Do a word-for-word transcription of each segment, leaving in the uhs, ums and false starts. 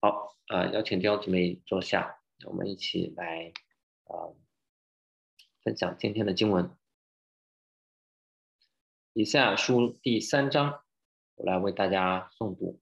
好，啊、邀请弟兄姊妹坐下，我们一起来啊、分享今天的经文。以赛亚书第三章，我来为大家诵读。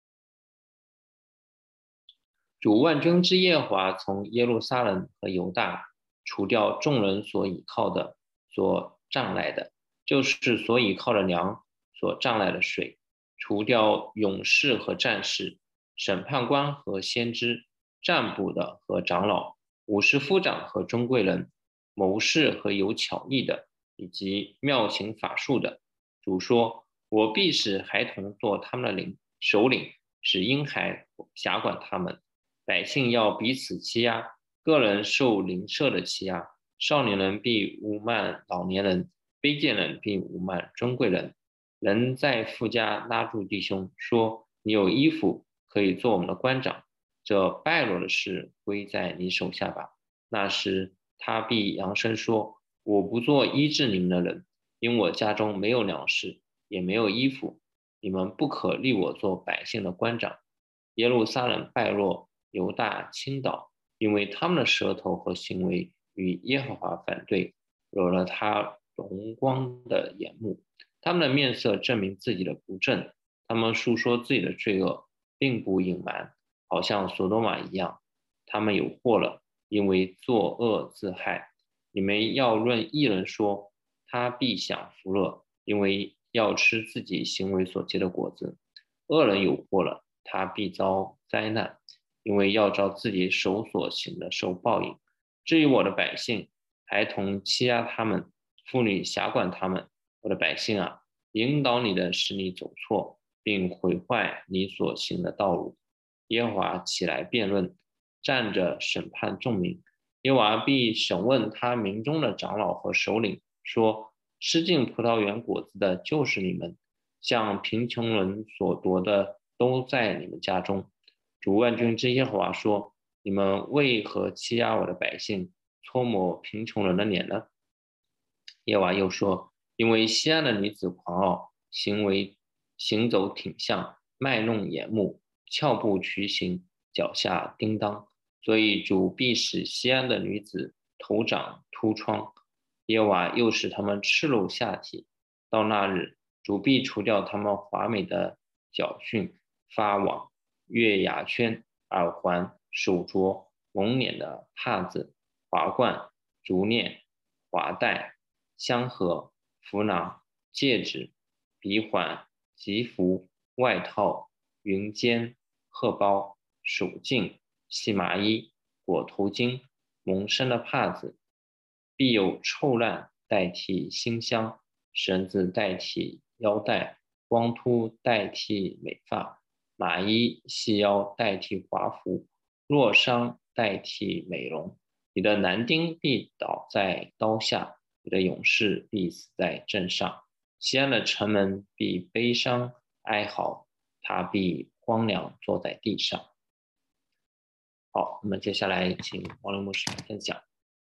主万军之耶和华从耶路撒冷和犹大除掉众人所倚靠的、所仗赖的，就是所倚靠的粮、所仗赖的水，除掉勇士和战士、审判官和先知、占卜的和长老、武士夫长和中贵人、谋士和有巧艺的，以及妙行法术的。主说：我必使孩童做他们的领首领，使婴孩辖管他们。百姓要彼此欺压，个人受邻舍的欺压。少年人必侮慢老年人，卑贱人必侮慢尊贵人。人在富家拉住弟兄，说：你有衣服，可以做我们的官长。这败落的事归在你手下吧。那时他必扬声说：我不做医治你们的人，因我家中没有粮食，也没有衣服。你们不可立我做百姓的官长。耶路撒冷败落，犹大倾倒，因为他们的舌头和行为与耶和华反对，惹了他荣光的眼目。他们的面色证明自己的不正，他们述说自己的罪恶，并不隐瞒，好像索多玛一样。他们有祸了，因为作恶自害。你们要论义人说，他必享福乐，因为要吃自己行为所结的果子。恶人有祸了，他必遭灾难，因为要照自己手所行的受报应。至于我的百姓，孩童欺压他们，妇女辖管他们。我的百姓啊，引导你的使你走错，并毁坏你所行的道路。耶和华起来辩论，站着审判众民。耶和华必审问他民中的长老和首领，说：吃尽葡萄园果子的就是你们，向贫穷人所夺的都在你们家中。主万军之耶和华说：你们为何欺压我的百姓，搓磨贫穷人的脸呢？耶和华又说：因为西安的女子狂傲，行为行走挺项，卖弄眼目，翘步曲行，脚下叮当，所以主必使西安的女子头长秃疮。耶和华又使他们赤露下体。到那日，主必除掉他们华美的脚训、发网、月牙圈、耳环、手镯、蒙脸的帕子、华冠、竹链、华带、香盒、符囊、戒指、鼻环、吉服、外套、云肩、荷包、手镜、细麻衣、裹头巾、蒙身的帕子，必有臭烂代替馨香，绳子代替腰带，光秃代替美发，麻衣细腰代替华服，落伤代替美容。你的男丁必倒在刀下，你的勇士必死在阵上。西安的城门必悲伤哀嚎，他必荒凉坐在地上。好，我们接下来请王龙牧师分享。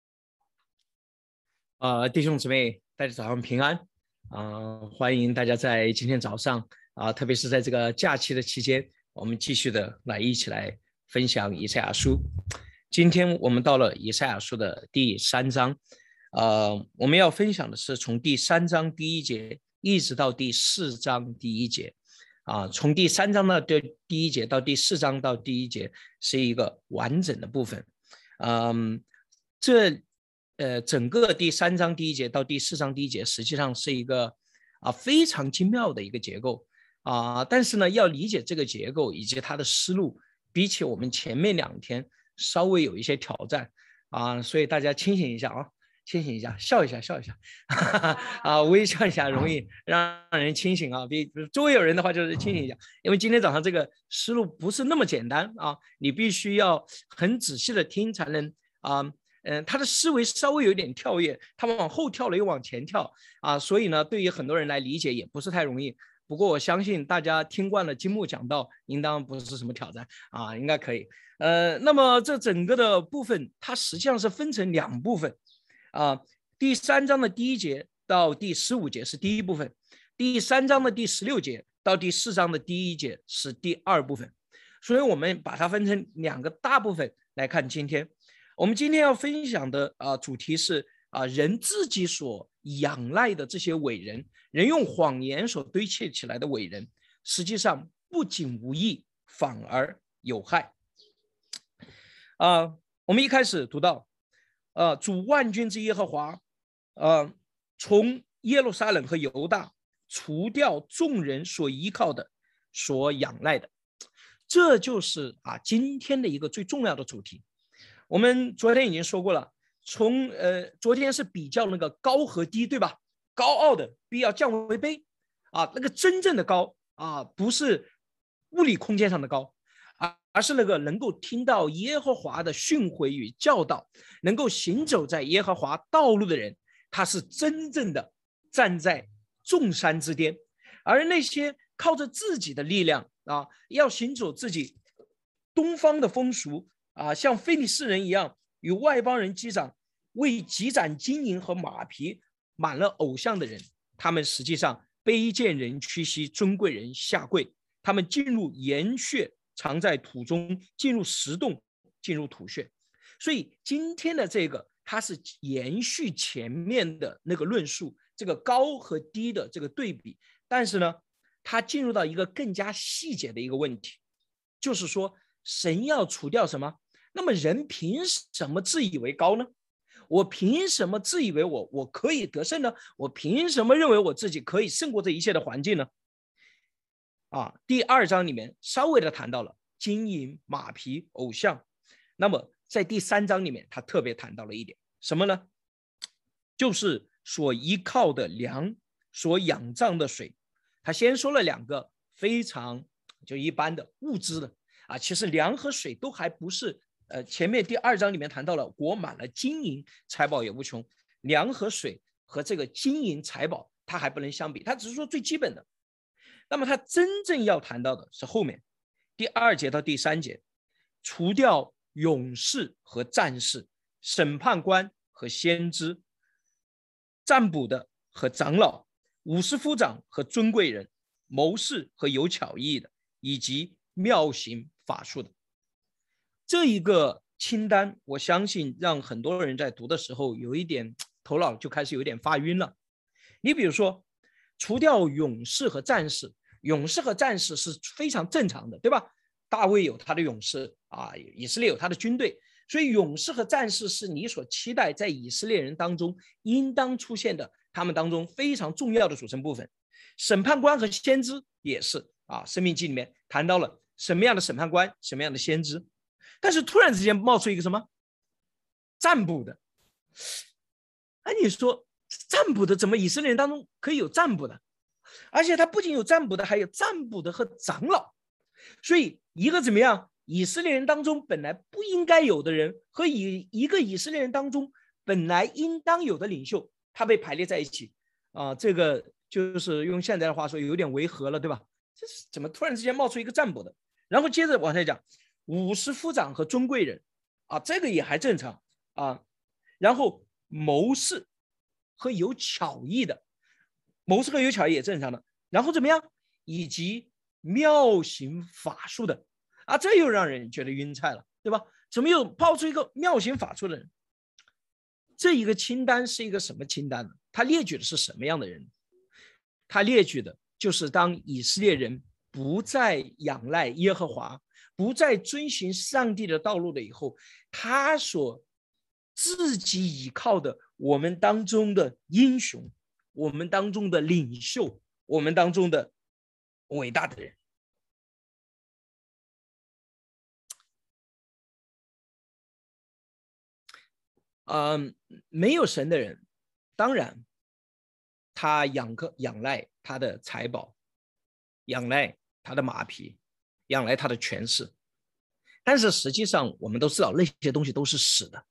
呃，弟兄姊妹，大家早上平安啊、呃！欢迎大家在今天早上啊、呃，特别是在这个假期的期间，我们继续的来一起来分享以赛亚书。今天我们到了以赛亚书的第三章，呃，我们要分享的是从第三章第一节一直到第四章第一节啊、呃，从第三章的第一节到第四章到第一节是一个完整的部分，嗯、呃，这。呃，整个第三章第一节到第四章第一节，实际上是一个啊非常精妙的一个结构啊。但是呢，要理解这个结构以及它的思路，比起我们前面两天稍微有一些挑战啊。所以大家清醒一下啊，清醒一下，笑一下，笑一下，哈哈啊，微笑一下容易让人清醒啊。比周围有人的话就是清醒一下，因为今天早上这个思路不是那么简单啊，你必须要很仔细的听才能啊。嗯，他的思维稍微有点跳跃，他往后跳了又往前跳啊，所以呢，对于很多人来理解也不是太容易。不过我相信大家听惯了金木讲道，应当不是什么挑战啊，应该可以。呃，那么这整个的部分，它实际上是分成两部分啊。第三章的第一节到第十五节是第一部分，第三章的第十六节到第四章的第一节是第二部分。 所以我们把它分成两个大部分来看。今天我们今天要分享的啊、呃、主题是啊、呃、人自己所仰赖的这些伟人，人用谎言所堆砌起来的伟人，实际上不仅无益，反而有害。啊、呃，我们一开始读到，呃，主万军之耶和华，呃，从耶路撒冷和犹大除掉众人所依靠的、所仰赖的，这就是啊今天的一个最重要的主题。我们昨天已经说过了，从呃昨天是比较那个高和低，对吧？高傲的必要降为卑啊，那个真正的高啊，不是物理空间上的高，而是那个能够听到耶和华的训诲与教导，能够行走在耶和华道路的人，他是真正的站在众山之巅。而那些靠着自己的力量啊，要行走自己东方的风俗啊，像非利士人一样与外邦人击掌，为积攒金银和马匹满了偶像的人，他们实际上卑贱人屈膝，尊贵人下跪，他们进入岩穴，藏在土中，进入石洞，进入土穴。所以今天的这个它是延续前面的那个论述，这个高和低的这个对比，但是呢它进入到一个更加细节的一个问题，就是说神要除掉什么？那么人凭什么自以为高呢？我凭什么自以为我我可以得胜呢？我凭什么认为我自己可以胜过这一切的环境呢？啊，第二章里面稍微的谈到了金银、马匹、偶像。那么在第三章里面，他特别谈到了一点什么呢？就是所依靠的粮，所仰仗的水。他先说了两个非常就一般的物质的啊，其实粮和水都还不是。呃，前面第二章里面谈到了国满了金银，财宝也无穷。粮和水和这个金银财宝，它还不能相比，它只是说最基本的。那么他真正要谈到的是后面第二节到第三节，除掉勇士和战士，审判官和先知，占卜的和长老，五十夫长和尊贵人，谋士和有巧艺的，以及妙行法术的。这一个清单，我相信让很多人在读的时候有一点头脑就开始有点发晕了。你比如说除掉勇士和战士，勇士和战士是非常正常的，对吧？大卫有他的勇士啊，以色列有他的军队，所以勇士和战士是你所期待在以色列人当中应当出现的，他们当中非常重要的组成部分。审判官和先知也是啊，申命记里面谈到了什么样的审判官，什么样的先知。但是突然之间冒出一个什么占卜的，哎，你说占卜的怎么以色列人当中可以有占卜的？而且他不仅有占卜的，还有占卜的和长老。所以一个怎么样以色列人当中本来不应该有的人，和以一个以色列人当中本来应当有的领袖，他被排列在一起啊，这个就是用现在的话说有点违和了，对吧？这是怎么突然之间冒出一个占卜的？然后接着往下讲五十夫长和尊贵人啊，这个也还正常啊。然后谋士和有巧艺的，谋士和有巧艺也正常的。然后怎么样？以及妙行法术的啊，这又让人觉得晕菜了，对吧？怎么又抛出一个妙行法术的人？这一个清单是一个什么清单呢？他列举的是什么样的人？他列举的就是当以色列人不再仰赖耶和华，不再遵循上帝的道路了以后，他所自己依靠的我们当中的英雄，我们当中的领袖，我们当中的伟大的人。嗯，没有神的人，当然他仰个仰赖他的财宝，仰赖他的马匹，仰赖他的权势，但是实际上我们都知道那些东西都是死的。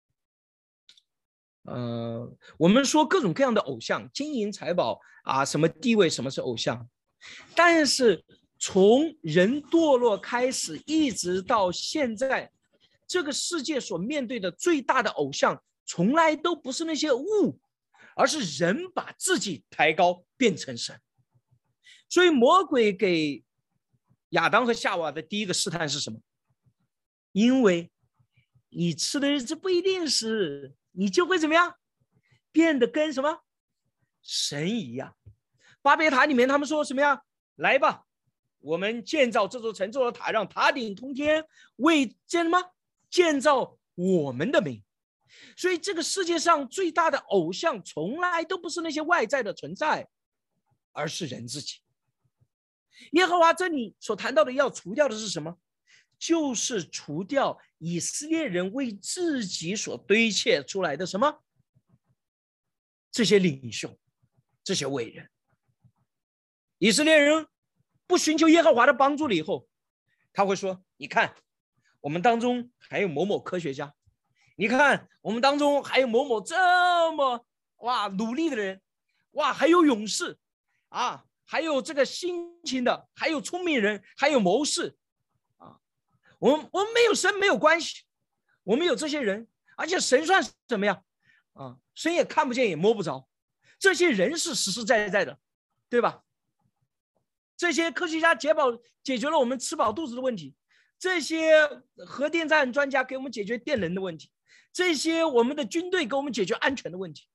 呃，我们说各种各样的偶像，金银财宝啊，什么地位，什么是偶像？但是从人堕落开始，一直到现在，这个世界所面对的最大的偶像，从来都不是那些物，而是人把自己抬高变成神。所以魔鬼给亚当和夏娃的第一个试探是什么？因为你吃的日子不一定是你就会怎么样，变得跟什么神一样。巴别塔里面他们说什么呀？来吧，我们建造这座城，这座塔，让塔顶通天，为建什么？建造我们的名。所以这个世界上最大的偶像从来都不是那些外在的存在，而是人自己。耶和华这里所谈到的要除掉的是什么？就是除掉以色列人为自己所堆砌出来的什么？这些领袖，这些伟人。以色列人不寻求耶和华的帮助了以后，他会说，你看我们当中还有某某科学家，你看我们当中还有某某这么哇努力的人，哇还有勇士啊，还有这个辛勤的，还有聪明人，还有谋士啊。我们我们没有神没有关系，我们有这些人，而且神算什么呀？啊，神也看不见也摸不着，这些人是实实在在的，对吧？这些科学家解饱解决了我们吃饱肚子的问题，这些核电站专家给我们解决电能的问题，这些我们的军队给我们解决安全的问题。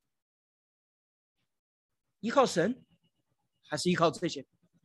依靠神还是依靠这些？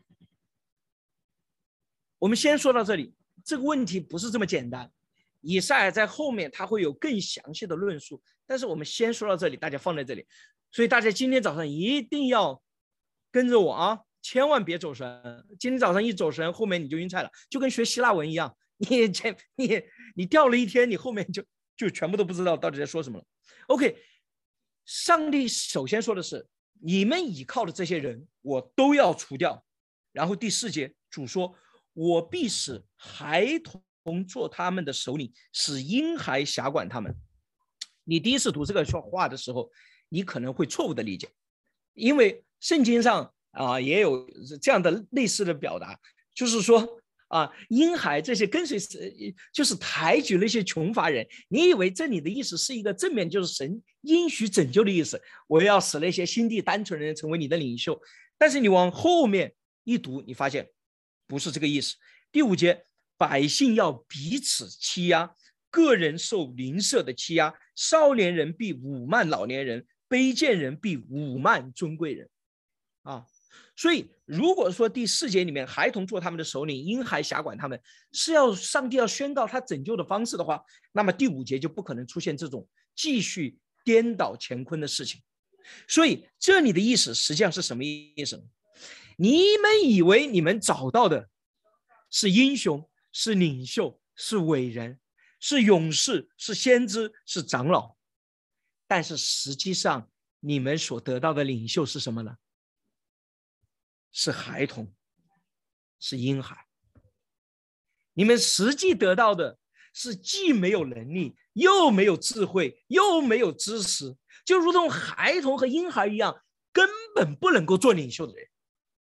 我们先说到这里，这个问题不是这么简单。以赛亚在后面他会有更详细的论述，但是我们先说到这里，大家放在这里。所以大家今天早上一定要跟着我啊，千万别走神。今天早上一走神，后面你就晕菜了，就跟学希腊文一样，你前你你掉了一天，你后面就就全部都不知道到底在说什么了。OK， 上帝首先说的是，你们倚靠的这些人，我都要除掉。然后第四节，主说，我必使孩童做他们的首领，使婴孩辖管他们。你第一次读这个话的时候，你可能会错误的理解，因为圣经上啊也有这样的类似的表达，就是说啊，婴孩这些跟随就是抬举那些穷乏人。你以为这里的意思是一个正面，就是神应许拯救的意思，我要使那些心地单纯的人成为你的领袖。但是你往后面一读，你发现不是这个意思。第五节，百姓要彼此欺压，个人受邻舍的欺压，少年人必侮慢老年人，卑贱人必侮慢尊贵人啊。所以如果说第四节里面孩童做他们的首领，婴孩辖管他们，是要上帝要宣告他拯救的方式的话，那么第五节就不可能出现这种继续颠倒乾坤的事情。所以这里的意思实际上是什么意思呢？你们以为你们找到的是英雄，是领袖，是伟人，是勇士，是先知，是长老，但是实际上你们所得到的领袖是什么呢？是孩童，是婴孩。你们实际得到的是既没有能力，又没有智慧，又没有知识，就如同孩童和婴孩一样，根本不能够做领袖的人。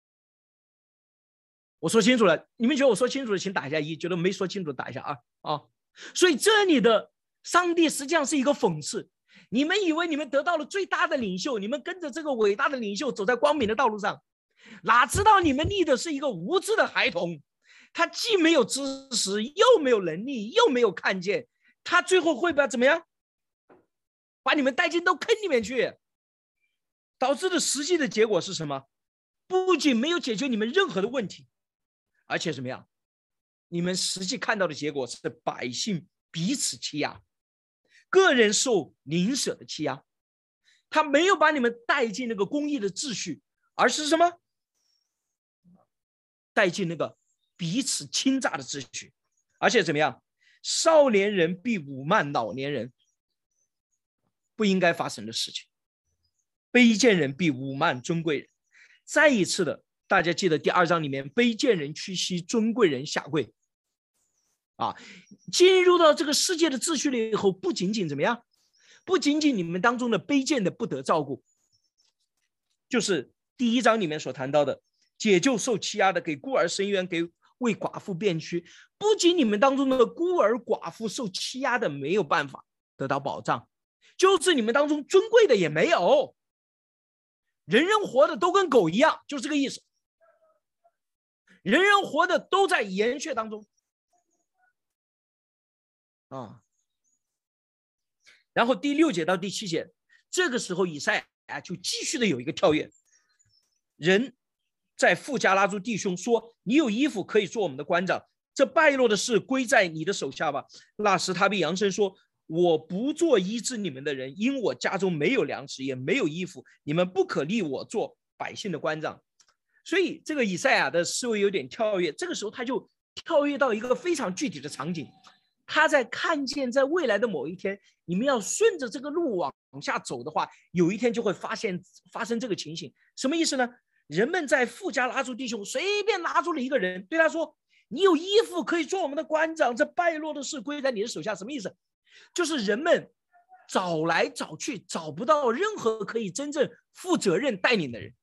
我说清楚了，你们觉得我说清楚了请打一下一，觉得没说清楚打一下二啊。所以这里的上帝实际上是一个讽刺，你们以为你们得到了最大的领袖，你们跟着这个伟大的领袖走在光明的道路上，哪知道你们立的是一个无知的孩童，他既没有知识，又没有能力，又没有看见，他最后会把怎么样把你们带进到坑里面去，导致的实际的结果是什么？不仅没有解决你们任何的问题，而且怎么样？你们实际看到的结果是百姓彼此欺压，个人受邻舍的欺压。他没有把你们带进那个公义的秩序，而是什么？带进那个彼此侵诈的秩序。而且怎么样？少年人必侮慢老年人，不应该发生的事情。卑贱人必侮慢尊贵人。再一次的，大家记得第二章里面，卑贱人屈膝，尊贵人下跪啊。进入到这个世界的秩序了以后，不仅仅怎么样，不仅仅你们当中的卑贱的不得照顾，就是第一章里面所谈到的解救受欺压的，给孤儿伸冤，给为寡妇辩屈。不仅你们当中的孤儿寡妇受欺压的没有办法得到保障，就是你们当中尊贵的也没有，人人活的都跟狗一样，就是这个意思。 人人活的都在盐穴当中啊。然后第六节到第七节，这个时候以赛亚就继续的有一个跳跃，人在富加拉诸弟兄说：“你有衣服可以做我们的官长，这败落的事归在你的手下吧。”那时他必扬声说：“我不做医治你们的人，因我家中没有粮食，也没有衣服，你们不可立我做百姓的官长。”所以这个以赛亚的思维有点跳跃，这个时候他就跳跃到一个非常具体的场景，他在看见在未来的某一天，你们要顺着这个路往下走的话，有一天就会发现发生这个情形。什么意思呢？人们在富加拉诸弟兄随便拉住了一个人，对他说：“你有衣服可以做我们的官长，这败落的事归在你的手下。”什么意思？就是人们找来找去找不到任何可以真正负责任带领的人。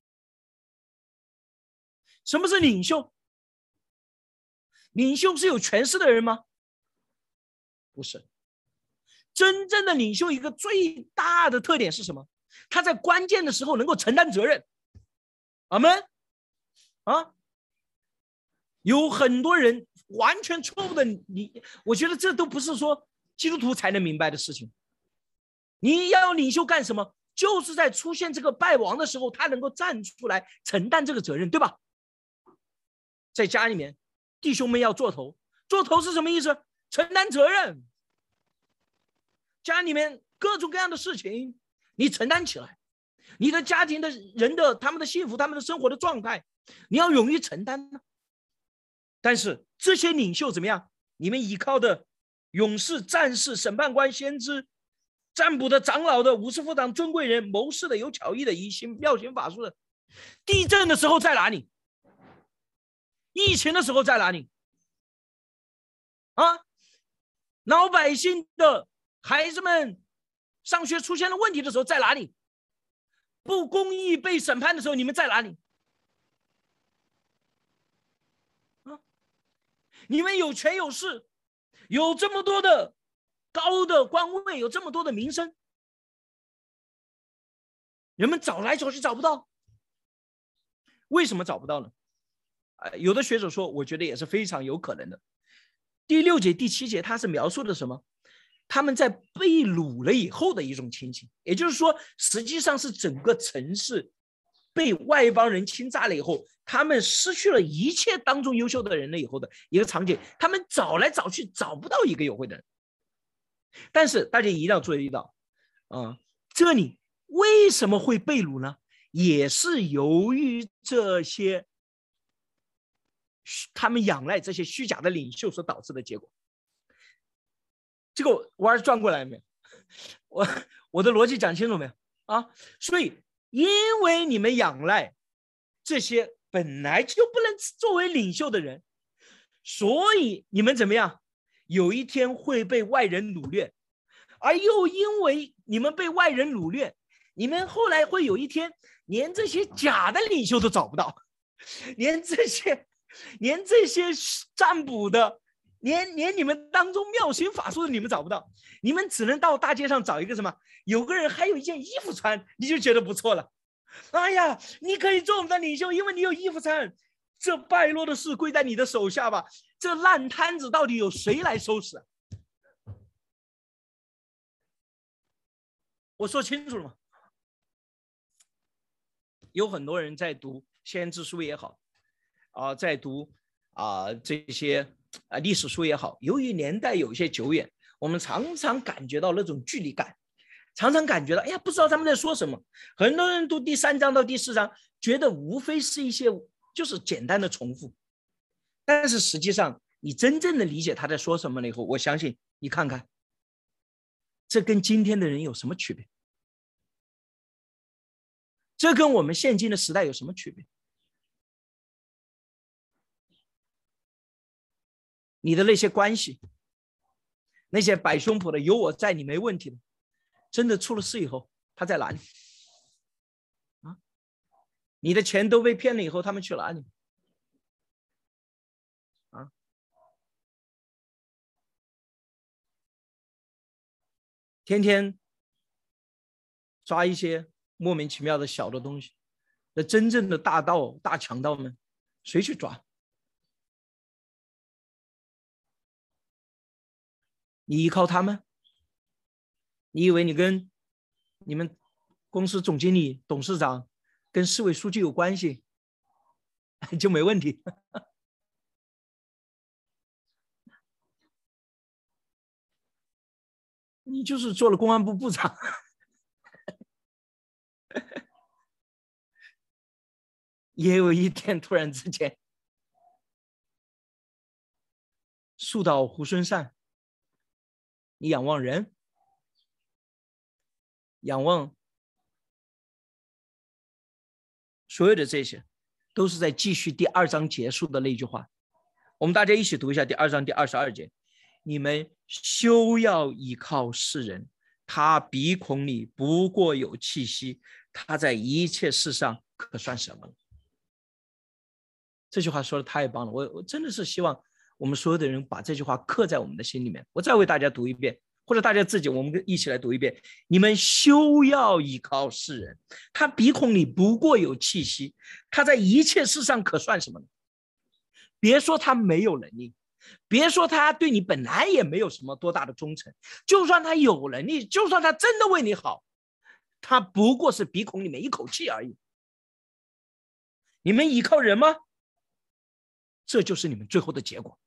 什么是领袖？领袖是有权势的人吗？不是。真正的领袖一个最大的特点是什么？他在关键的时候能够承担责任。阿们啊！有很多人完全错误的，你我觉得这都不是说基督徒才能明白的事情。你要领袖干什么？就是在出现这个败亡的时候，他能够站出来承担这个责任，对吧？在家里面，弟兄们要做头，做头是什么意思？承担责任。家里面各种各样的事情，你承担起来。你的家庭的人的他们的幸福，他们的生活的状态，你要勇于承担呢。但是这些领袖怎么样？你们依靠的勇士、战士、审判官、先知、占卜的、长老的、武士副长、尊贵人、谋士的、有巧艺的、疑心妙行法术的，地震的时候在哪里？疫情的时候在哪里？啊，老百姓的孩子们上学出现了问题的时候在哪里？不公义被审判的时候，你们在哪里？啊，你们有权有势，有这么多的高的官位，有这么多的名声，人们找来找去找不到，为什么找不到呢？呃、有的学者说，我觉得也是非常有可能的。第六节、第七节，它是描述的什么？他们在被掳了以后的一种情形，也就是说，实际上是整个城市被外邦人侵占了以后，他们失去了一切当中优秀的人了以后的一个场景。他们找来找去找不到一个有慧的人，但是大家一定要注意到，啊、呃，这里为什么会被掳呢？也是由于这些他们仰赖这些虚假的领袖所导致的结果。这个弯转过来没有？我我的逻辑讲清楚没有啊？所以，因为你们仰赖这些本来就不能作为领袖的人，所以你们怎么样？有一天会被外人掳掠，而又因为你们被外人掳掠，你们后来会有一天连这些假的领袖都找不到，连这些连这些占卜的。连连你们当中妙行法术的你们找不到，你们只能到大街上找一个什么，有个人还有一件衣服穿，你就觉得不错了。哎呀，你可以做我们的领袖，因为你有衣服穿。这败落的事归在你的手下吧，这烂摊子到底有谁来收拾？我说清楚了吗？有很多人在读先知书也好，啊、呃，在读啊、呃、这些。啊，历史书也好，由于年代有些久远，我们常常感觉到那种距离感，常常感觉到，哎呀，不知道他们在说什么。很多人读第三章到第四章，觉得无非是一些就是简单的重复，但是实际上，你真正的理解他在说什么了以后，我相信你看看，这跟今天的人有什么区别？这跟我们现今的时代有什么区别？你的那些关系，那些摆胸脯的有我在你没问题的，真的出了事以后他在哪里啊？你的钱都被骗了以后他们去哪里啊？天天抓一些莫名其妙的小的东西，那真正的大盗大强盗们谁去抓？ 你依靠他们？你以为你跟你们公司总经理、董事长跟市委书记有关系就没问题？你就是做了公安部部长也有一天突然之间树倒猢狲散，你仰望人，仰望所有的这些都是在继续第二章结束的那句话。我们大家一起读一下第二章第二十二节，你们休要依靠世人，他鼻孔里不过有气息，他在一切事上可算什么？这句话说的太棒了，我我真的是希望我们所有的人把这句话刻在我们的心里面。我再为大家读一遍，或者大家自己我们一起来读一遍。你们休要依靠世人，他鼻孔里不过有气息，他在一切事上可算什么呢？别说他没有能力，别说他对你本来也没有什么多大的忠诚，就算他有能力，就算他真的为你好，他不过是鼻孔里面一口气而已。你们依靠人吗？这就是你们最后的结果。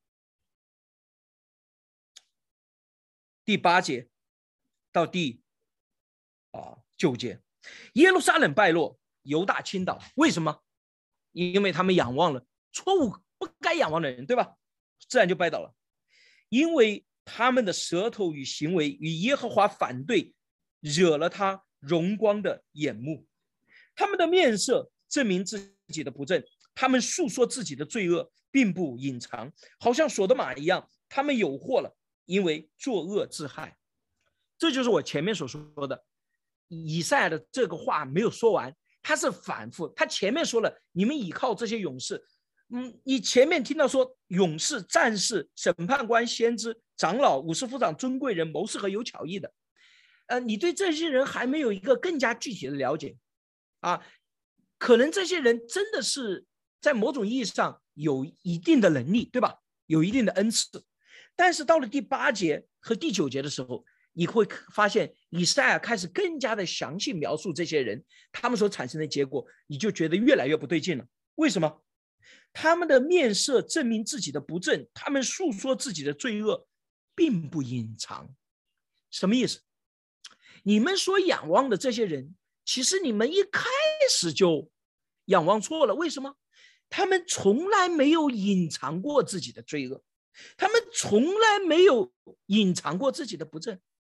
第八节到第啊九节，耶路撒冷败落，犹大倾倒。为什么？因为他们仰望了错误不该仰望的人，对吧？自然就败倒了。因为他们的舌头与行为与耶和华反对，惹了他荣光的眼目。他们的面色证明自己的不正，他们诉说自己的罪恶，并不隐藏，好像所多玛一样，他们有祸了，因为作恶自害。这就是我前面所说的，以赛亚的这个话没有说完，他是反复。他前面说了，你们倚靠这些勇士，嗯，你前面听到说勇士、战士、审判官、先知、长老、武士、夫长、尊贵人、谋士和有巧艺的，呃，你对这些人还没有一个更加具体的了解啊。可能这些人真的是在某种意义上有一定的能力，对吧？有一定的恩赐，但是到了第八节和第九节的时候，你会发现以赛亚开始更加的详细描述这些人他们所产生的结果，你就觉得越来越不对劲了。为什么？他们的面色证明自己的不正，他们诉说自己的罪恶，并不隐藏。什么意思？你们所仰望的这些人，其实你们一开始就仰望错了。为什么？他们从来没有隐藏过自己的罪恶，他们从来没有隐藏过自己的不正。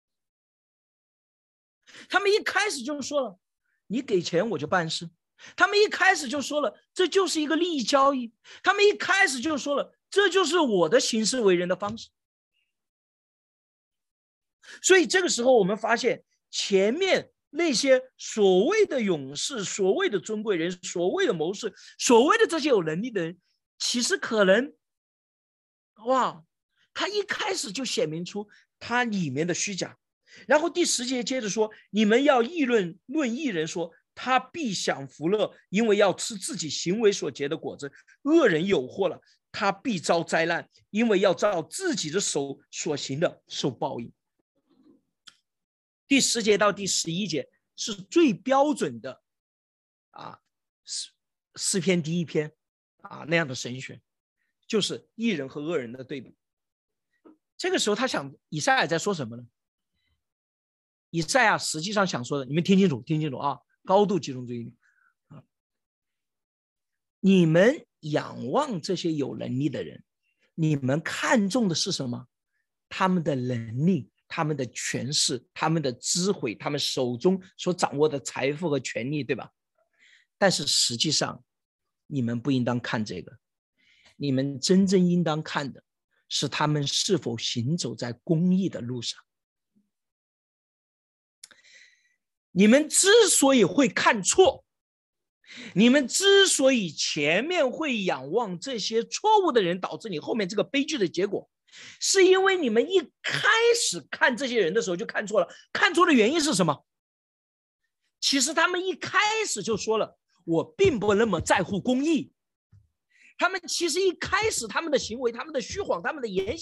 他们一开始就说了，你给钱我就办事。他们一开始就说了，这就是一个利益交易。他们一开始就说了，这就是我的行事为人的方式。所以这个时候我们发现，前面那些所谓的勇士、所谓的尊贵人、所谓的谋士、所谓的这些有能力的人，其实可能哇，他一开始就显明出他里面的虚假。然后第十节接着说，你们要议论论义人说，他必享福乐，因为要吃自己行为所结的果子。恶人有祸了，他必遭灾难，因为要照自己的手所行的受报应。第十节到第十一节是最标准的啊诗篇第一篇啊那样的神学，就是义人和恶人的对比。这个时候他想，以赛亚在说什么呢？以赛亚实际上想说的，你们听清楚，听清楚啊！高度集中注意力啊！你们仰望这些有能力的人，你们看重的是什么？他们的能力、他们的权势、他们的智慧、他们手中所掌握的财富和权力，对吧？但是实际上，你们不应当看这个，你们真正应当看的是他们是否行走在公义的路上。你们之所以会看错，你们之所以前面会仰望这些错误的人，导致你后面这个悲剧的结果，是因为你们一开始看这些人的时候就看错了。看错的原因是什么？其实他们一开始就说了，我并不那么在乎公义。他们其实一开始他们的行为、他们的虚谎、他们的言行，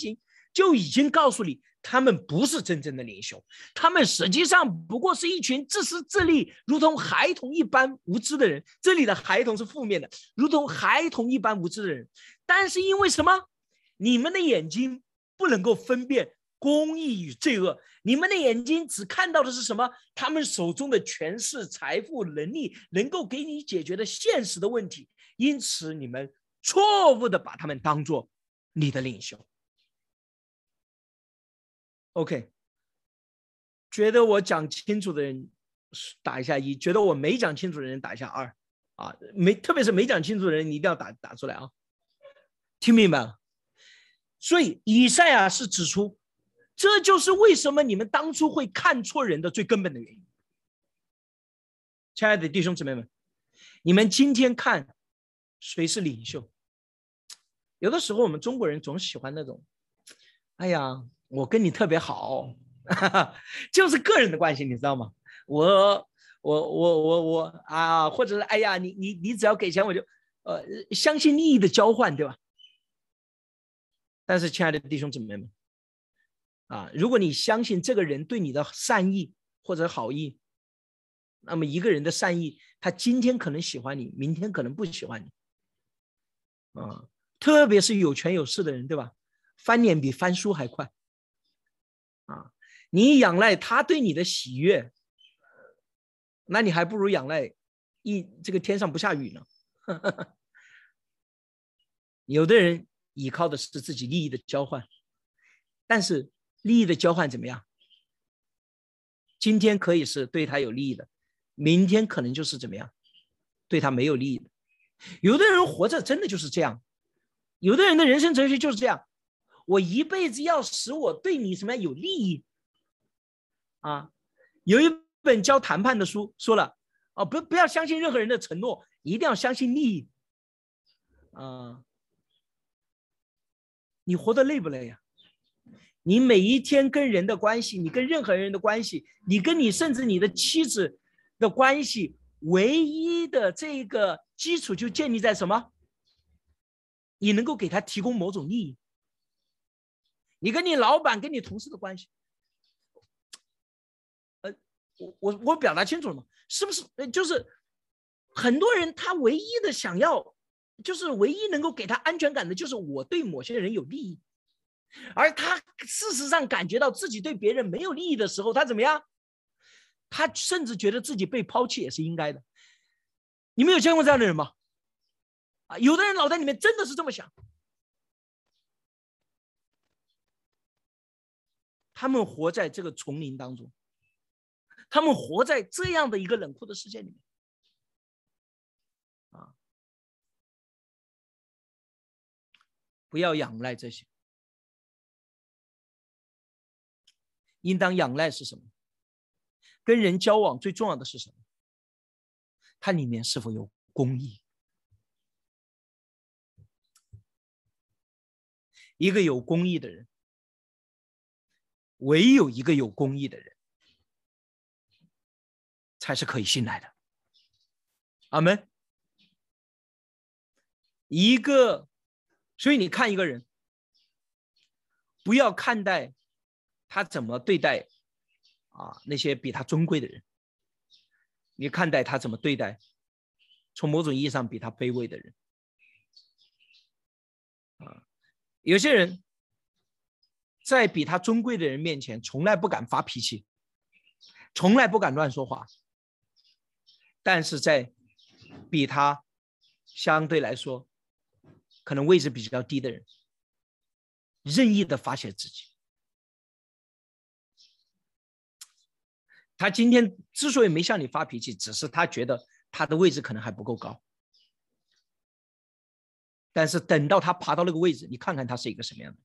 就已经告诉你，他们不是真正的领袖，他们实际上不过是一群自私自利、如同孩童一般无知的人。这里的孩童是负面的，如同孩童一般无知的人。但是因为什么？你们的眼睛不能够分辨公义与罪恶，你们的眼睛只看到的是什么？他们手中的权势、财富、能力能够给你解决的现实的问题，因此你们错误的把他们当作你的领袖。OK， 觉得我讲清楚的人打一下一，觉得我没讲清楚的人打一下二啊，没，特别是没讲清楚的人，你一定要打打出来啊，听明白了？所以以赛亚是指出，这就是为什么你们当初会看错人的最根本的原因。亲爱的弟兄姊妹们，你们今天看谁是领袖？有的时候我们中国人总喜欢那种，哎呀，我跟你特别好，就是个人的关系，你知道吗？我我我我我啊，或者是哎呀，你你你只要给钱，我就呃相信利益的交换，对吧？但是，亲爱的弟兄姊妹们，啊，如果你相信这个人对你的善意或者好意，那么一个人的善意，他今天可能喜欢你，明天可能不喜欢你，啊，特别是有权有势的人，对吧？翻脸比翻书还快，啊，你仰赖他对你的喜悦，那你还不如仰赖一这个天上不下雨呢。有的人依靠的是自己利益的交换，但是利益的交换怎么样？今天可以是对他有利益的，明天可能就是怎么样，对他没有利益的。有的人活着真的就是这样，有的人的人生哲学就是这样，我一辈子要使我对你什么有利益啊。有一本教谈判的书说了，哦，不不要相信任何人的承诺，一定要相信利益啊。你活得累不累呀？你每一天跟人的关系，你跟任何人的关系，你跟你甚至你的妻子的关系，唯一的这个基础就建立在什么？你能够给他提供某种利益。你跟你老板、跟你同事的关系，呃，我我我表达清楚了吗？是不是？就是很多人他唯一的想要，就是唯一能够给他安全感的，就是我对某些人有利益。而他事实上感觉到自己对别人没有利益的时候，他怎么样？他甚至觉得自己被抛弃也是应该的。你们有见过这样的人吗？啊，有的人脑袋里面真的是这么想，他们活在这个丛林当中，他们活在这样的一个冷酷的世界里面。啊，不要仰赖这些。应当仰赖是什么？跟人交往最重要的是什么？它里面是否有公义？一个有公义的人，唯有一个有公义的人，才是可以信赖的。阿们。一个，所以你看一个人，不要看待他怎么对待啊那些比他尊贵的人，你看待他怎么对待从某种意义上比他卑微的人。啊，有些人在比他尊贵的人面前从来不敢发脾气，从来不敢乱说话，但是在比他相对来说可能位置比较低的人，任意的发泄自己。他今天之所以没向你发脾气，只是他觉得他的位置可能还不够高，但是等到他爬到那个位置，你看看他是一个什么样的。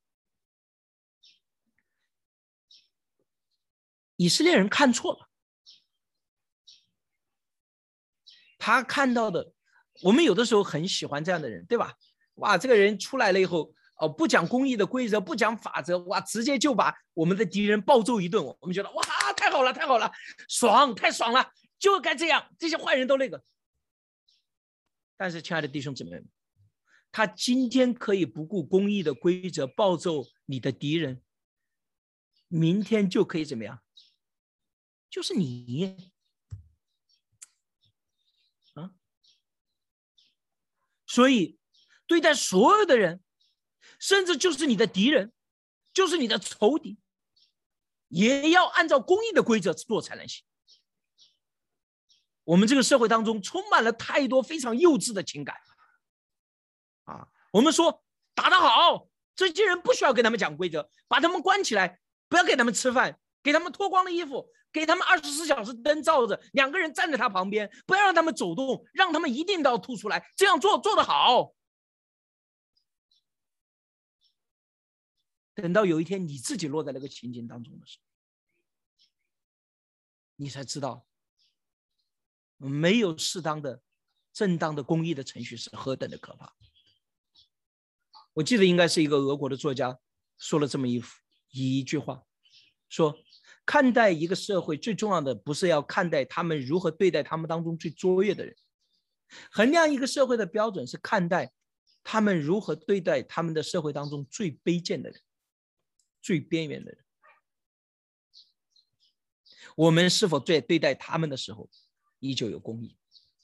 以色列人看错了，他看到的，我们有的时候很喜欢这样的人，对吧？哇，这个人出来了以后，哦，不讲公义的规则，不讲法则，哇，直接就把我们的敌人暴揍一顿，我们觉得哇，太好了，太好了，爽，太爽了，就该这样，这些坏人都那个。但是，亲爱的弟兄姊妹们， 他今天可以不顾公义的规则暴揍你的敌人，明天就可以怎么样？就是你啊！所以对待所有的人，甚至就是你的敌人，就是你的仇敌，也要按照公义的规则做才能行。我们这个社会当中充满了太多非常幼稚的情感啊！我们说打得好，这些人不需要跟他们讲规则，把他们关起来，不要给他们吃饭，给他们脱光了衣服，给他们二十四小时灯照着，两个人站在他旁边，不要让他们走动，让他们一定都要吐出来，这样做做得好。等到有一天你自己落在那个情景当中的时候，你才知道没有适当的正当的公义的程序是何等的可怕。我记得应该是一个俄国的作家说了这么一一句话，说看待一个社会最重要的不是要看待他们如何对待他们当中最卓越的人，衡量一个社会的标准是看待他们如何对待他们的社会当中最卑贱的人，最边缘的人。我们是否在对待他们的时候依旧有公义？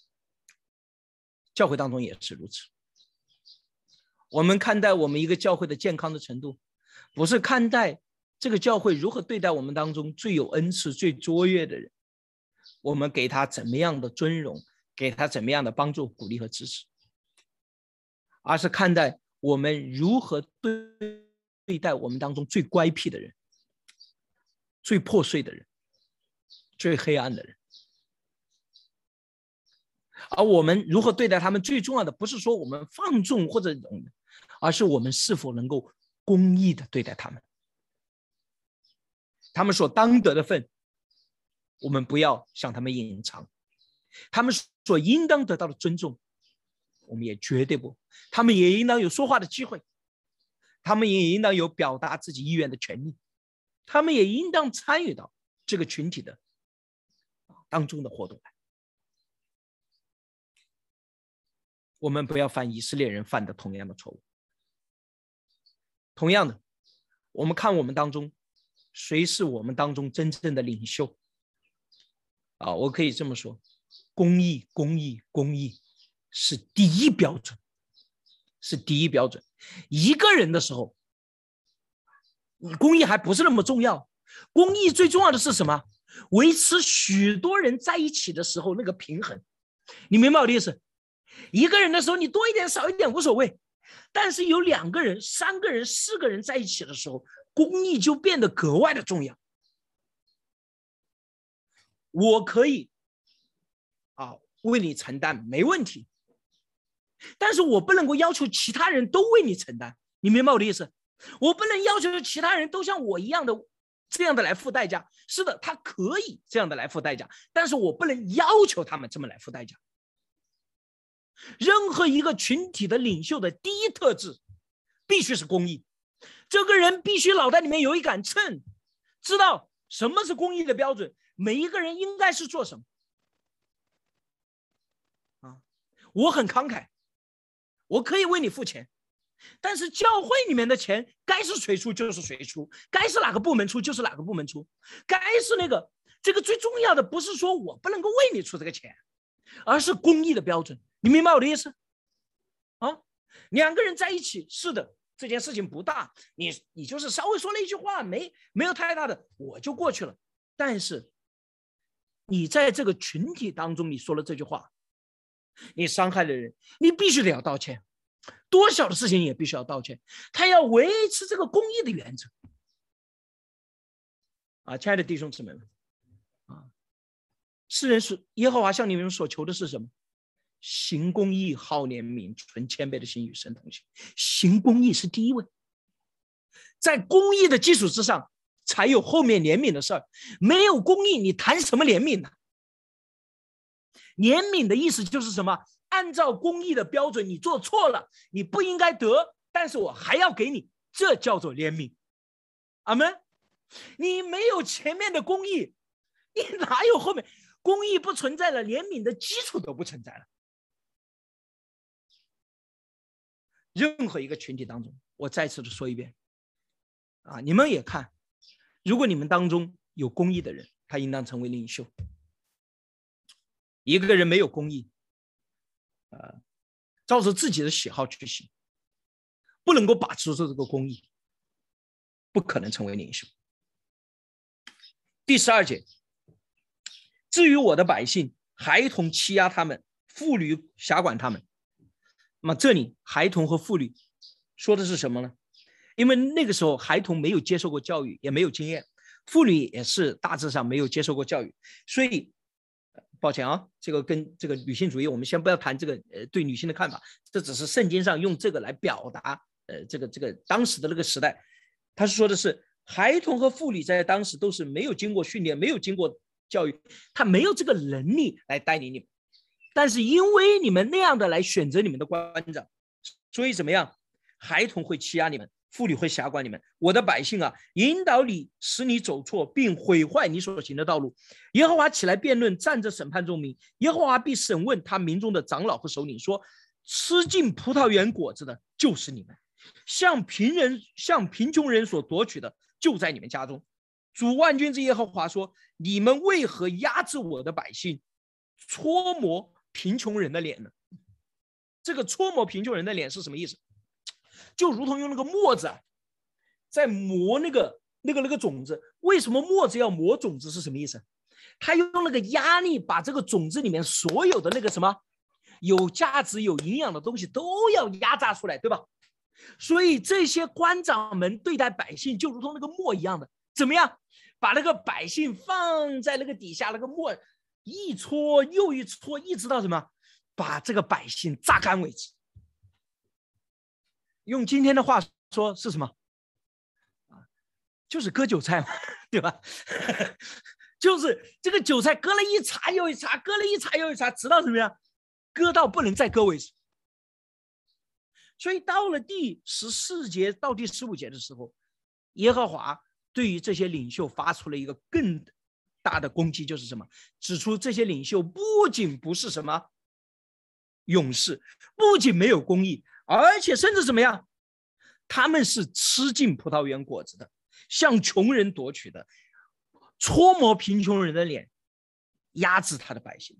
教会当中也是如此。我们看待我们一个教会的健康的程度，不是看待这个教会如何对待我们当中最有恩赐最卓越的人，我们给他怎么样的尊荣，给他怎么样的帮助鼓励和支持，而是看待我们如何对对待我们当中最乖僻的人，最破碎的人，最黑暗的人。而我们如何对待他们，最重要的不是说我们放纵或者容忍，而是我们是否能够公义的对待他们。他们所当得的份，我们不要向他们隐藏；他们所应当得到的尊重，我们也绝对不。他们也应当有说话的机会，他们也应当有表达自己意愿的权利，他们也应当参与到这个群体的当中的活动来。我们不要犯以色列人犯的同样的错误。同样的，我们看我们当中谁是我们当中真正的领袖啊？我可以这么说，公义公义公义是第一标准，是第一标准。一个人的时候公义还不是那么重要，公义最重要的是什么？维持许多人在一起的时候那个平衡。你明白我的意思？一个人的时候你多一点少一点无所谓，但是有两个人三个人四个人在一起的时候，公义就变得格外的重要。我可以啊为你承担没问题，但是我不能够要求其他人都为你承担。你明白我的意思？我不能要求其他人都像我一样的这样的来付代价。是的，他可以这样的来付代价，但是我不能要求他们这么来付代价。任何一个群体的领袖的第一特质必须是公义，这个人必须脑袋里面有一杆秤，知道什么是公义的标准，每一个人应该是做什么啊？我很慷慨，我可以为你付钱，但是教会里面的钱该是谁出就是谁出，该是哪个部门出就是哪个部门出，该是那个这个最重要的不是说我不能够为你出这个钱，而是公义的标准。你明白我的意思啊？两个人在一起，是的，这件事情不大，你你就是稍微说了一句话，没没有太大的，我就过去了。但是你在这个群体当中，你说了这句话，你伤害了人，你必须得要道歉，多小的事情也必须要道歉。他要维持这个公义的原则啊，亲爱的弟兄姊妹们啊，世人是耶和华向你们所求的是什么？行公义，好怜悯，存谦卑的心，与神同行。行公义是第一位，在公义的基础之上才有后面怜悯的事儿。没有公义你谈什么怜悯呢？怜悯的意思就是什么？按照公义的标准，你做错了，你不应该得，但是我还要给你，这叫做怜悯。阿们。你没有前面的公义，你哪有后面？公义不存在了，怜悯的基础都不存在了。 任何一个群体当中，我再次的说一遍啊，你们也看，如果你们当中有公义的人，他应当成为领袖。一个人没有公义，呃，照着自己的喜好去行，不能够把持住这个公义，不可能成为领袖。第十二节，至于我的百姓，孩童欺压他们，妇女辖管他们。那么这里孩童和妇女说的是什么呢？因为那个时候孩童没有接受过教育，也没有经验，妇女也是大致上没有接受过教育，所以抱歉啊，这个跟这个女性主义，我们先不要谈这个呃对女性的看法，这只是圣经上用这个来表达呃这个这个当时的那个时代，他是说的是孩童和妇女在当时都是没有经过训练，没有经过教育，他没有这个能力来带领你们。但是因为你们那样的来选择你们的官长，所以怎么样？孩童会欺压你们，妇女会辖管你们。我的百姓啊，引导你，使你走错，并毁坏你所行的道路。耶和华起来辩论，站着审判众民。耶和华必审问他民中的长老和首领，说：吃尽葡萄园果子的就是你们，向贫人向贫穷人所夺取的就在你们家中。主万军之耶和华说：你们为何压制我的百姓，搓磨贫穷人的脸呢？这个搓磨贫穷人的脸是什么意思？就如同用那个磨子在磨那个那个那个种子。为什么磨子要磨种子是什么意思？他用那个压力把这个种子里面所有的那个什么有价值有营养的东西都要压榨出来，对吧？所以这些官长们对待百姓就如同那个磨一样的，怎么样把那个百姓放在那个底下，那个磨一搓又一搓，一直到什么把这个百姓榨干为止。用今天的话说是什么？就是割韭菜嘛，对吧？就是这个韭菜割了一茬又一茬，割了一茬又一茬，直到怎么样？割到不能再割为止。所以到了第十四节到第十五节的时候，耶和华对于这些领袖发出了一个更大的攻击，就是什么？指出这些领袖不仅不是什么勇士，不仅没有公义，而且甚至怎么样？他们是吃尽葡萄园果子的，向穷人夺取的，搓磨贫穷人的脸，压制他的百姓。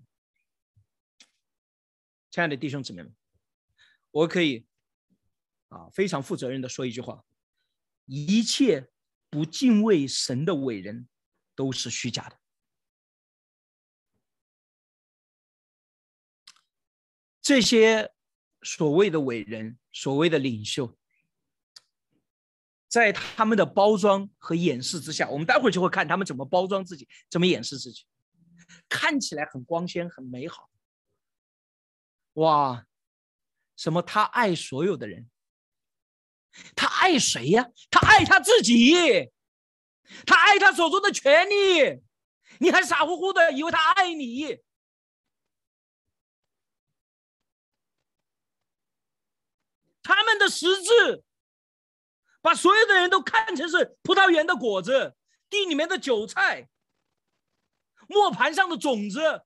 亲爱的弟兄姊妹们，我可以啊非常负责任的说一句话：一切不敬畏神的伟人都是虚假的。这些所谓的伟人，所谓的领袖，在他们的包装和掩饰之下，我们待会儿就会看他们怎么包装自己，怎么掩饰自己，看起来很光鲜很美好。哇，什么他爱所有的人，他爱谁呀？他爱他自己，他爱他手中的权利，你还傻乎乎的以为他爱你。他们的实质把所有的人都看成是葡萄园的果子，地里面的韭菜，磨盘上的种子。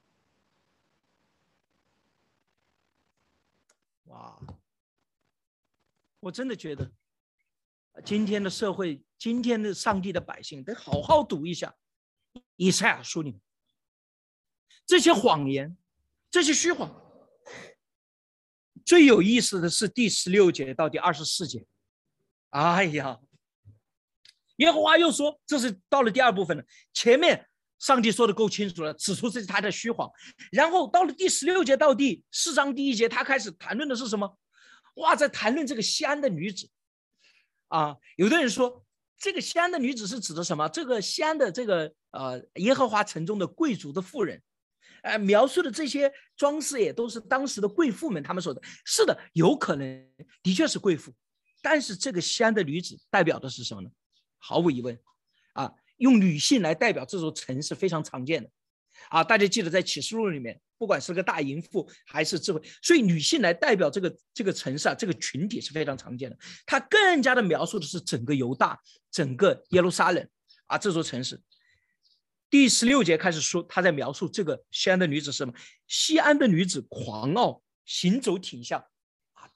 哇，我真的觉得今天的社会，今天的上帝的百姓得好好读一下以赛亚书里面这些谎言，这些虚谎。最有意思的是第十六节到第二十四节，哎呀，耶和华又说，这是到了第二部分了。前面上帝说的够清楚了，指出这是他的虚谎。然后到了第十六节到第四章第一节，他开始谈论的是什么？哇，在谈论这个西安的女子啊。有的人说，这个西安的女子是指的什么？这个西安的这个呃耶和华城中的贵族的妇人。呃，描述的这些装饰也都是当时的贵妇们他们说的。是的，有可能的确是贵妇，但是这个西安的女子代表的是什么呢？毫无疑问啊，用女性来代表这座城是非常常见的啊。大家记得在启示录里面，不管是个大淫妇还是智慧，所以女性来代表这个这个城市啊，这个群体是非常常见的。它更加的描述的是整个犹大，整个耶路撒冷啊这座城市。第十六节开始说，他在描述这个西安的女子是什么？西安的女子狂傲，行走挺像啊，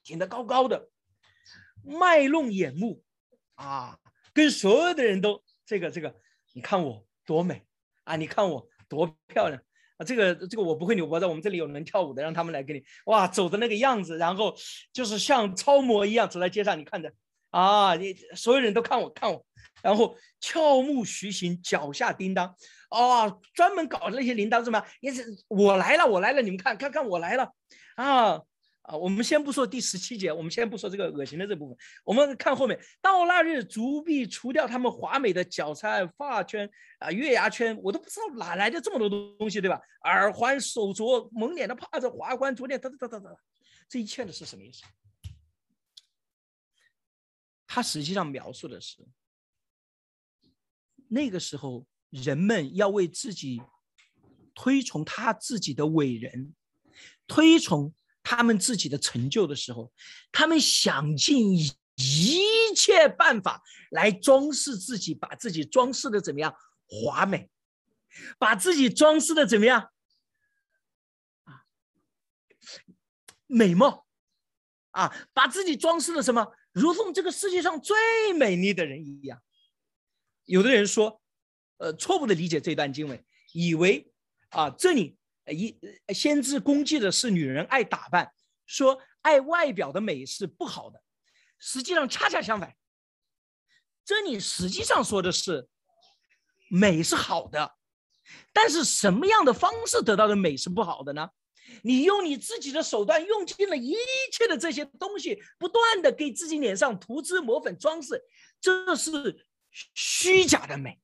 挺得高高的，卖弄眼目啊，跟所有的人都这个这个，你看我多美啊，你看我多漂亮啊，这个这个我不会扭脖子，我们这里有能跳舞的，让他们来给你哇，走的那个样子，然后就是像超模一样走在街上，你看着啊，你所有人都看我看我，然后俏目徐行，脚下叮当。哦，专门搞那些铃铛什么？也是我来了，我来了，你们看看看我来了啊啊！我们先不说第十七节，我们先不说这个恶心的这部分，我们看后面。到那日，足必除掉他们华美的脚钗、发圈啊、月牙圈，我都不知道哪来的这么多东西，对吧？耳环、手镯、蒙脸的帕子、华冠、足链，哒哒哒哒哒，这一切的是什么意思？他实际上描述的是那个时候。人们要为自己推崇他自己的伟人，推崇他们自己的成就的时候，他们想尽一切办法来装饰自己，把自己装饰的怎么样华美，把自己装饰的怎么样美貌啊，把自己装饰的什么如同这个世界上最美丽的人一样。有的人说呃，错误的理解这段经文，以为啊，这里一先知攻击的是女人爱打扮，说爱外表的美是不好的。实际上恰恰相反，这里实际上说的是美是好的，但是什么样的方式得到的美是不好的呢？你用你自己的手段，用尽了一切的这些东西，不断的给自己脸上涂脂抹粉装饰，这是虚假的美。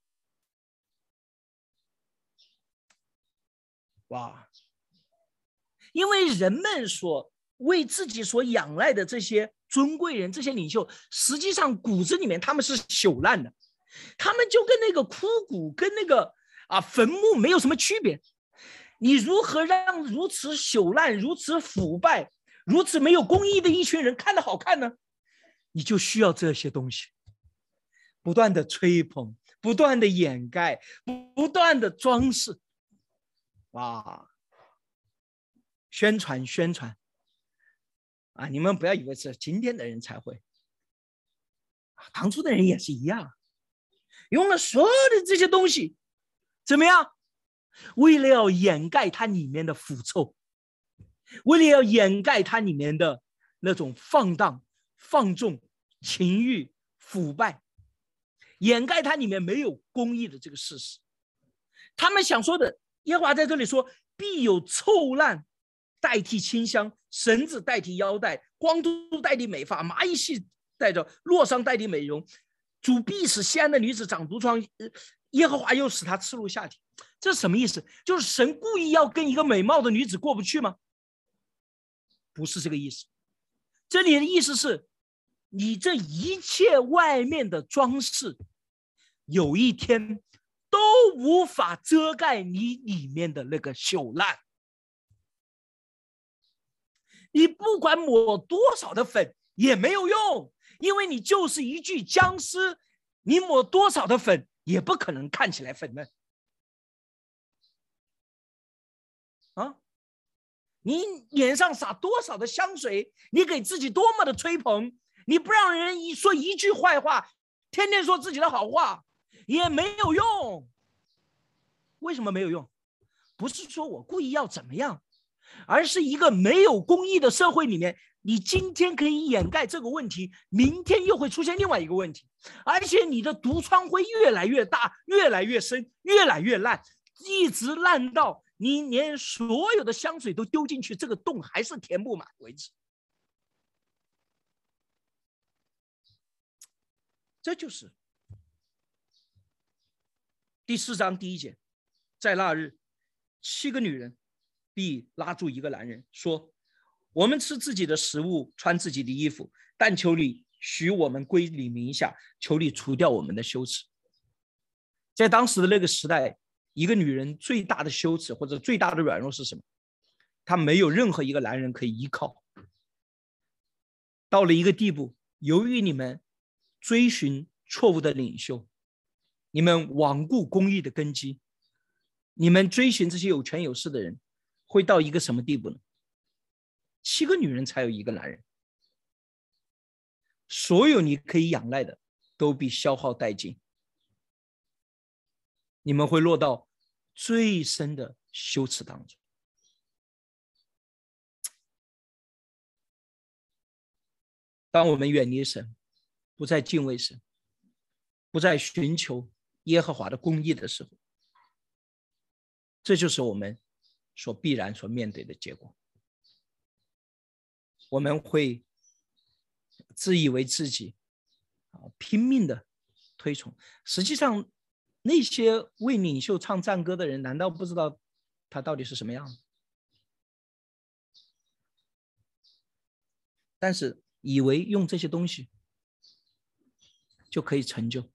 哇！因为人们所为自己所仰赖的这些尊贵人、这些领袖，实际上骨子里面他们是朽烂的，他们就跟那个枯骨、跟那个啊坟墓没有什么区别。你如何让如此朽烂、如此腐败、如此没有公义的一群人看得好看呢？你就需要这些东西，不断的吹捧，不断的掩盖，不断的装饰。哇！宣传宣传啊！你们不要以为是今天的人才会，当初的人也是一样，用了所有的这些东西，怎么样？为了要掩盖它里面的腐臭，为了要掩盖它里面的那种放荡、放纵、情欲、腐败，掩盖它里面没有公义的这个事实。他们想说的，耶和华在这里说，必有臭烂代替清香，绳子代替腰带，光秃代替美发，麻衣系带着落伤代替美容，主必使西安的女子长毒疮，耶和华又使她赤露下体。这是什么意思？就是神故意要跟一个美貌的女子过不去吗？不是这个意思。这里的意思是，你这一切外面的装饰，有一天都无法遮盖你里面的那个朽烂。你不管抹多少的粉也没有用，因为你就是一具僵尸，你抹多少的粉也不可能看起来粉嫩啊！你脸上撒多少的香水，你给自己多么的吹捧，你不让人一说一句坏话，天天说自己的好话也没有用。为什么没有用？不是说我故意要怎么样，而是一个没有公义的社会里面，你今天可以掩盖这个问题，明天又会出现另外一个问题，而且你的毒疮会越来越大，越来越深，越来越烂，一直烂到你连所有的香水都丢进去，这个洞还是填不满为止。这就是第四章第一节，在那日，七个女人必拉住一个男人，说：我们吃自己的食物，穿自己的衣服，但求你许我们归你名下，求你除掉我们的羞耻。在当时的那个时代，一个女人最大的羞耻或者最大的软弱是什么？她没有任何一个男人可以依靠。到了一个地步，由于你们追寻错误的领袖，你们罔顾公义的根基，你们追寻这些有权有势的人，会到一个什么地步呢？七个女人才有一个男人， 所有你可以仰赖的都必消耗殆尽，你们会落到最深的羞耻当中。当我们远离神，不再敬畏神，不再寻求耶和华的公义的时候，这就是我们所必然所面对的结果。我们会自以为自己拼命的推崇，实际上那些为领袖唱赞歌的人，难道不知道他到底是什么样的？但是以为用这些东西就可以成就，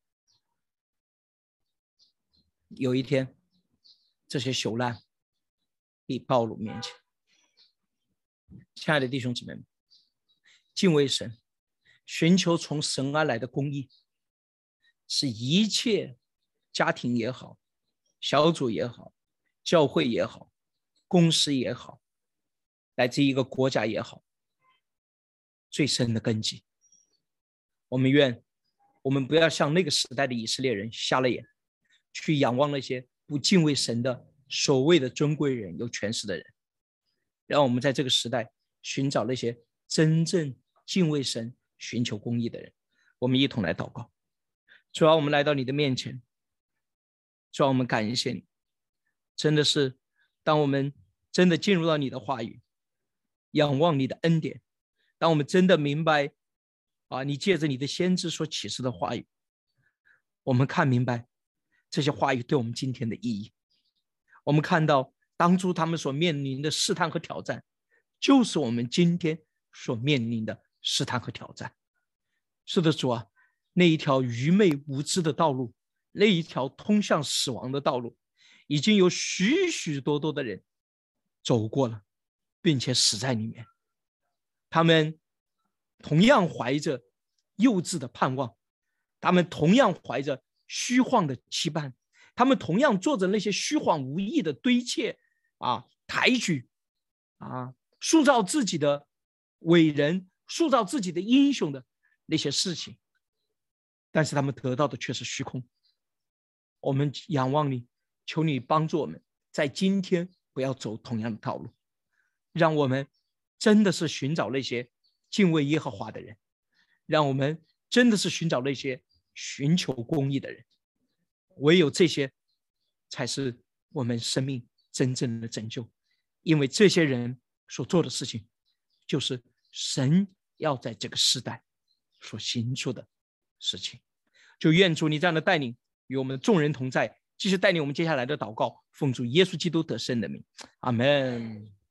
有一天这些朽烂必暴露面前。亲爱的弟兄姊妹们，敬畏神，寻求从神而来的公义，是一切家庭也好，小组也好，教会也好，公司也好，来自一个国家也好，最深的根基。我们愿我们不要像那个时代的以色列人瞎了眼，去仰望那些不敬畏神的所谓的尊贵人、有权势的人。让我们在这个时代寻找那些真正敬畏神、寻求公义的人。我们一同来祷告。主啊，我们来到你的面前，主啊，我们感谢你，真的是当我们真的进入到你的话语，仰望你的恩典，当我们真的明白啊，你借着你的先知所启示的话语，我们看明白这些话语对我们今天的意义。我们看到当初他们所面临的试探和挑战，就是我们今天所面临的试探和挑战。是的，主啊，那一条愚昧无知的道路，那一条通向死亡的道路，已经有许许多多的人走过了，并且死在里面。他们同样怀着幼稚的盼望，他们同样怀着虚幻的期盼，他们同样做着那些虚幻无益的堆砌啊、抬举啊，塑造自己的伟人，塑造自己的英雄的那些事情，但是他们得到的却是虚空。我们仰望你，求你帮助我们在今天不要走同样的道路，让我们真的是寻找那些敬畏耶和华的人，让我们真的是寻找那些寻求公义的人。唯有这些才是我们生命真正的拯救，因为这些人所做的事情，就是神要在这个时代所行出的事情。就愿主你这样的带领与我们众人同在，继续带领我们接下来的祷告，奉主耶稣基督得胜的名，阿们。